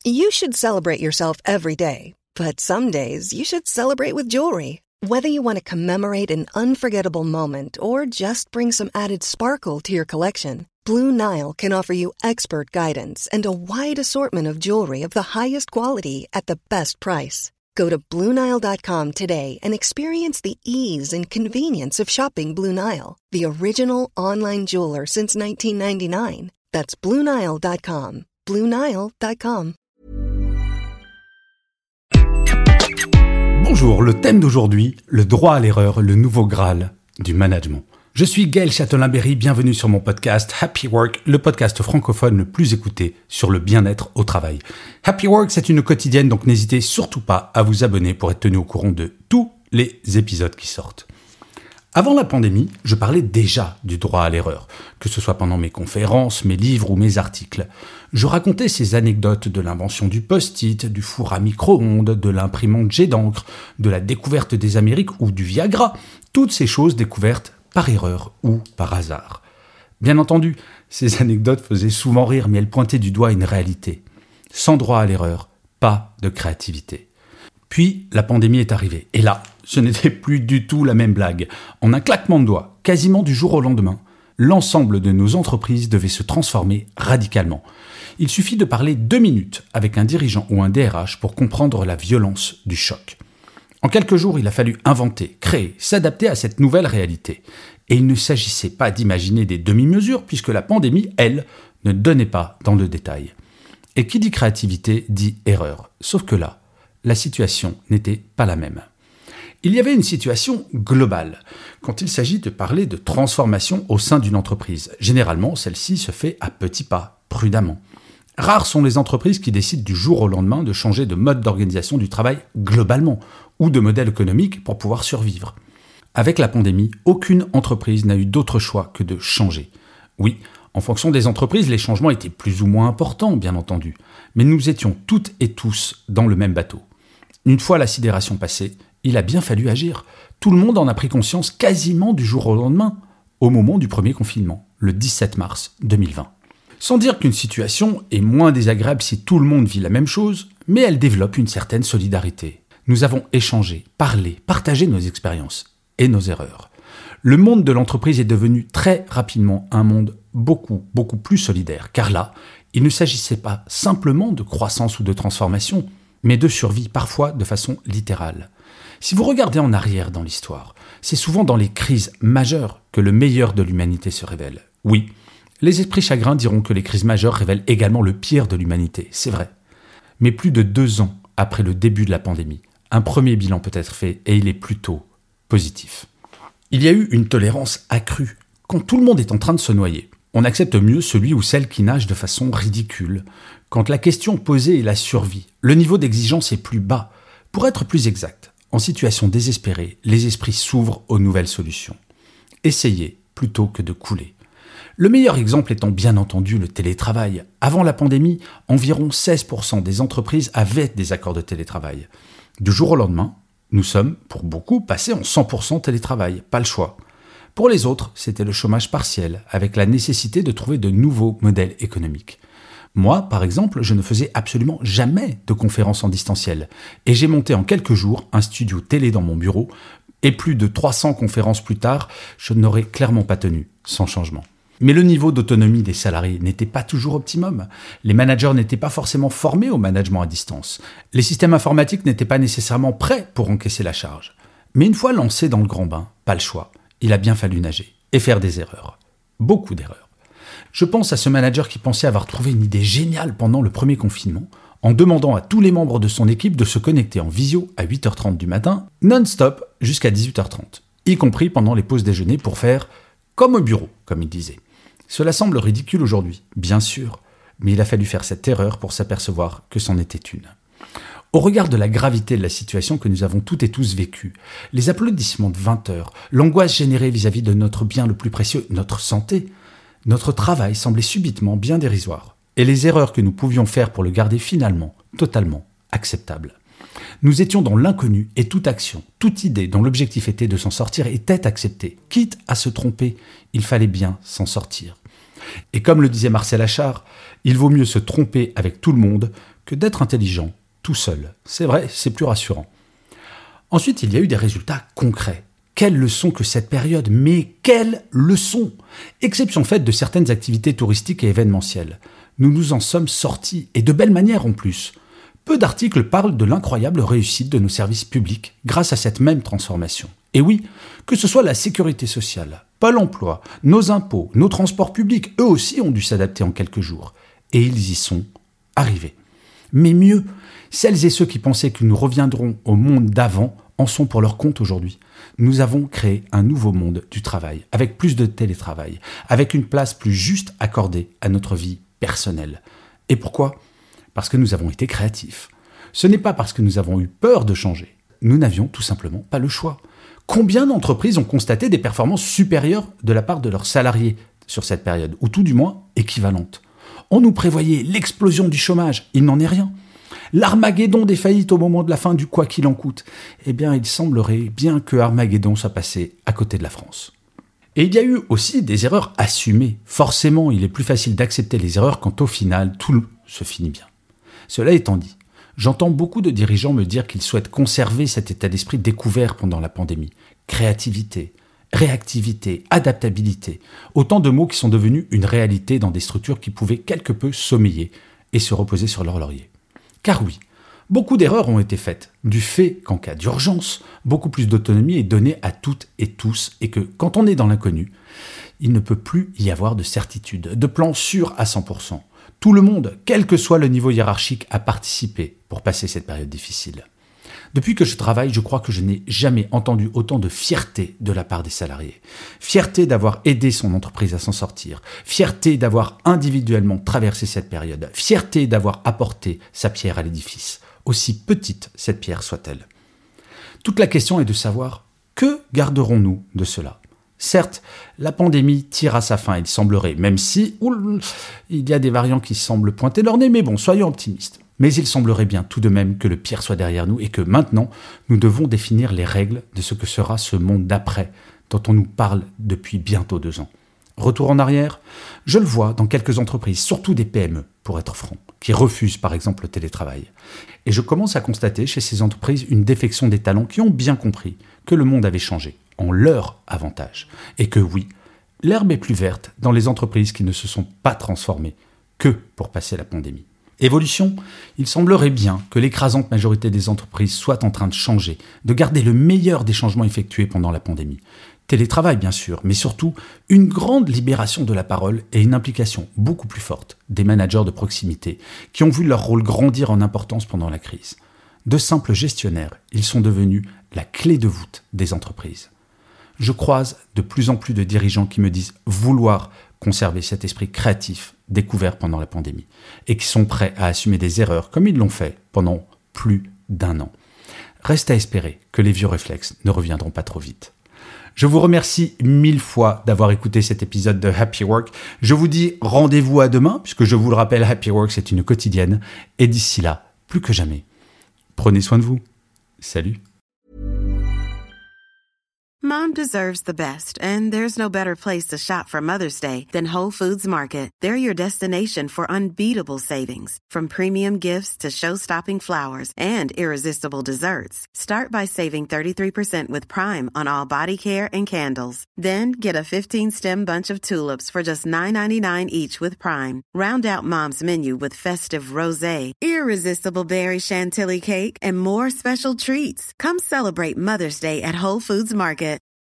You should celebrate yourself every day, but some days you should celebrate with jewelry. Whether you want to commemorate an unforgettable moment or just bring some added sparkle to your collection, Blue Nile can offer you expert guidance and a wide assortment of jewelry of the highest quality at the best price. Go to BlueNile.com today and experience the ease and convenience of shopping Blue Nile, the original online jeweler since 1999. That's BlueNile.com. BlueNile.com. Bonjour, le thème d'aujourd'hui, le droit à l'erreur, le nouveau Graal du management. Je suis Gaël Châtelain-Berry, bienvenue sur mon podcast Happy Work, le podcast francophone le plus écouté sur le bien-être au travail. Happy Work, c'est une quotidienne, donc n'hésitez surtout pas à vous abonner pour être tenu au courant de tous les épisodes qui sortent. Avant la pandémie, je parlais déjà du droit à l'erreur, que ce soit pendant mes conférences, mes livres ou mes articles. Je racontais ces anecdotes de l'invention du post-it, du four à micro-ondes, de l'imprimante jet d'encre, de la découverte des Amériques ou du Viagra, toutes ces choses découvertes par erreur ou par hasard. Bien entendu, ces anecdotes faisaient souvent rire, mais elles pointaient du doigt une réalité. Sans droit à l'erreur, pas de créativité. Puis, la pandémie est arrivée. Et là, ce n'était plus du tout la même blague. En un claquement de doigts, quasiment du jour au lendemain, l'ensemble de nos entreprises devait se transformer radicalement. Il suffit de parler 2 minutes avec un dirigeant ou un DRH pour comprendre la violence du choc. En quelques jours, il a fallu inventer, créer, s'adapter à cette nouvelle réalité. Et il ne s'agissait pas d'imaginer des demi-mesures, puisque la pandémie, elle, ne donnait pas dans le détail. Et qui dit créativité dit erreur. Sauf que là, la situation n'était pas la même. Il y avait une situation globale quand il s'agit de parler de transformation au sein d'une entreprise. Généralement, celle-ci se fait à petits pas, prudemment. Rares sont les entreprises qui décident du jour au lendemain de changer de mode d'organisation du travail globalement ou de modèle économique pour pouvoir survivre. Avec la pandémie, aucune entreprise n'a eu d'autre choix que de changer. Oui, en fonction des entreprises, les changements étaient plus ou moins importants, bien entendu, mais nous étions toutes et tous dans le même bateau. Une fois la sidération passée, il a bien fallu agir. Tout le monde en a pris conscience quasiment du jour au lendemain, au moment du premier confinement, le 17 mars 2020. Sans dire qu'une situation est moins désagréable si tout le monde vit la même chose, mais elle développe une certaine solidarité. Nous avons échangé, parlé, partagé nos expériences et nos erreurs. Le monde de l'entreprise est devenu très rapidement un monde beaucoup plus solidaire, car là, il ne s'agissait pas simplement de croissance ou de transformation, mais de survie, parfois de façon littérale. Si vous regardez en arrière dans l'histoire, c'est souvent dans les crises majeures que le meilleur de l'humanité se révèle. Oui, les esprits chagrins diront que les crises majeures révèlent également le pire de l'humanité, c'est vrai. Mais plus de 2 ans après le début de la pandémie, un premier bilan peut être fait et il est plutôt positif. Il y a eu une tolérance accrue. Quand tout le monde est en train de se noyer, on accepte mieux celui ou celle qui nage de façon ridicule. Quand la question posée est la survie, le niveau d'exigence est plus bas. Pour être plus exact, en situation désespérée, les esprits s'ouvrent aux nouvelles solutions. Essayez plutôt que de couler. Le meilleur exemple étant bien entendu le télétravail. Avant la pandémie, environ 16% des entreprises avaient des accords de télétravail. Du jour au lendemain, nous sommes, pour beaucoup, passés en 100% télétravail, pas le choix. Pour les autres, c'était le chômage partiel, avec la nécessité de trouver de nouveaux modèles économiques. Moi, par exemple, je ne faisais absolument jamais de conférences en distanciel, et j'ai monté en quelques jours un studio télé dans mon bureau, et plus de 300 conférences plus tard, je n'aurais clairement pas tenu sans changement. Mais le niveau d'autonomie des salariés n'était pas toujours optimum. Les managers n'étaient pas forcément formés au management à distance. Les systèmes informatiques n'étaient pas nécessairement prêts pour encaisser la charge. Mais une fois lancé dans le grand bain, pas le choix. Il a bien fallu nager et faire des erreurs. Beaucoup d'erreurs. Je pense à ce manager qui pensait avoir trouvé une idée géniale pendant le premier confinement, en demandant à tous les membres de son équipe de se connecter en visio à 8h30 du matin, non-stop jusqu'à 18h30, y compris pendant les pauses déjeuner pour faire comme au bureau, comme il disait. Cela semble ridicule aujourd'hui, bien sûr, mais il a fallu faire cette erreur pour s'apercevoir que c'en était une. Au regard de la gravité de la situation que nous avons toutes et tous vécue, les applaudissements de 20 heures, l'angoisse générée vis-à-vis de notre bien le plus précieux, notre santé, notre travail semblait subitement bien dérisoire, et les erreurs que nous pouvions faire pour le garder finalement totalement acceptable. Nous étions dans l'inconnu et toute action, toute idée dont l'objectif était de s'en sortir était acceptée. Quitte à se tromper, il fallait bien s'en sortir. Et comme le disait Marcel Achard, il vaut mieux se tromper avec tout le monde que d'être intelligent tout seul. C'est vrai, c'est plus rassurant. Ensuite, il y a eu des résultats concrets. Quelle leçon que cette période, mais quelle leçon! Exception faite de certaines activités touristiques et événementielles. Nous nous en sommes sortis, et de belle manière en plus. Peu d'articles parlent de l'incroyable réussite de nos services publics grâce à cette même transformation. Et oui, que ce soit la sécurité sociale, Pôle emploi, nos impôts, nos transports publics, eux aussi ont dû s'adapter en quelques jours. Et ils y sont arrivés. Mais mieux, celles et ceux qui pensaient que nous reviendrons au monde d'avant en sont pour leur compte aujourd'hui. Nous avons créé un nouveau monde du travail, avec plus de télétravail, avec une place plus juste accordée à notre vie personnelle. Et pourquoi ? Parce que nous avons été créatifs. Ce n'est pas parce que nous avons eu peur de changer. Nous n'avions tout simplement pas le choix. Combien d'entreprises ont constaté des performances supérieures de la part de leurs salariés sur cette période, ou tout du moins équivalentes ? On nous prévoyait l'explosion du chômage, il n'en est rien. L'Armageddon des faillites au moment de la fin du quoi qu'il en coûte. Eh bien, il semblerait bien que Armageddon soit passé à côté de la France. Et il y a eu aussi des erreurs assumées. Forcément, il est plus facile d'accepter les erreurs quand au final, tout se finit bien. Cela étant dit, j'entends beaucoup de dirigeants me dire qu'ils souhaitent conserver cet état d'esprit découvert pendant la pandémie. Créativité, réactivité, adaptabilité. Autant de mots qui sont devenus une réalité dans des structures qui pouvaient quelque peu sommeiller et se reposer sur leur laurier. Car oui, beaucoup d'erreurs ont été faites, du fait qu'en cas d'urgence, beaucoup plus d'autonomie est donnée à toutes et tous, et que quand on est dans l'inconnu, il ne peut plus y avoir de certitude, de plan sûr à 100%. Tout le monde, quel que soit le niveau hiérarchique, a participé pour passer cette période difficile. Depuis que je travaille, je crois que je n'ai jamais entendu autant de fierté de la part des salariés. Fierté d'avoir aidé son entreprise à s'en sortir. Fierté d'avoir individuellement traversé cette période. Fierté d'avoir apporté sa pierre à l'édifice. Aussi petite cette pierre soit-elle. Toute la question est de savoir que garderons-nous de cela ? Certes, la pandémie tire à sa fin, il semblerait, même si il y a des variants qui semblent pointer leur nez, mais bon, soyons optimistes. Mais il semblerait bien tout de même que le pire soit derrière nous et que maintenant, nous devons définir les règles de ce que sera ce monde d'après, dont on nous parle depuis bientôt 2 ans. Retour en arrière, je le vois dans quelques entreprises, surtout des PME, pour être franc, qui refusent par exemple le télétravail. Et je commence à constater chez ces entreprises une défection des talents qui ont bien compris que le monde avait changé, en leur avantage. Et que oui, l'herbe est plus verte dans les entreprises qui ne se sont pas transformées que pour passer la pandémie. Évolution, il semblerait bien que l'écrasante majorité des entreprises soient en train de changer, de garder le meilleur des changements effectués pendant la pandémie. Télétravail bien sûr, mais surtout une grande libération de la parole et une implication beaucoup plus forte des managers de proximité qui ont vu leur rôle grandir en importance pendant la crise. De simples gestionnaires, ils sont devenus la clé de voûte des entreprises. Je croise de plus en plus de dirigeants qui me disent vouloir conserver cet esprit créatif découvert pendant la pandémie et qui sont prêts à assumer des erreurs comme ils l'ont fait pendant plus d'1 an. Reste à espérer que les vieux réflexes ne reviendront pas trop vite. Je vous remercie 1000 fois d'avoir écouté cet épisode de Happy Work. Je vous dis rendez-vous à demain, puisque je vous le rappelle, Happy Work, c'est une quotidienne. Et d'ici là, plus que jamais, prenez soin de vous. Salut. Mom deserves the best, and there's no better place to shop for Mother's Day than Whole Foods Market. They're your destination for unbeatable savings, from premium gifts to show-stopping flowers and irresistible desserts. Start by saving 33% with Prime on all body care and candles. Then get a 15-stem bunch of tulips for just $9.99 each with Prime. Round out Mom's menu with festive rosé, irresistible berry chantilly cake, and more special treats. Come celebrate Mother's Day at Whole Foods Market.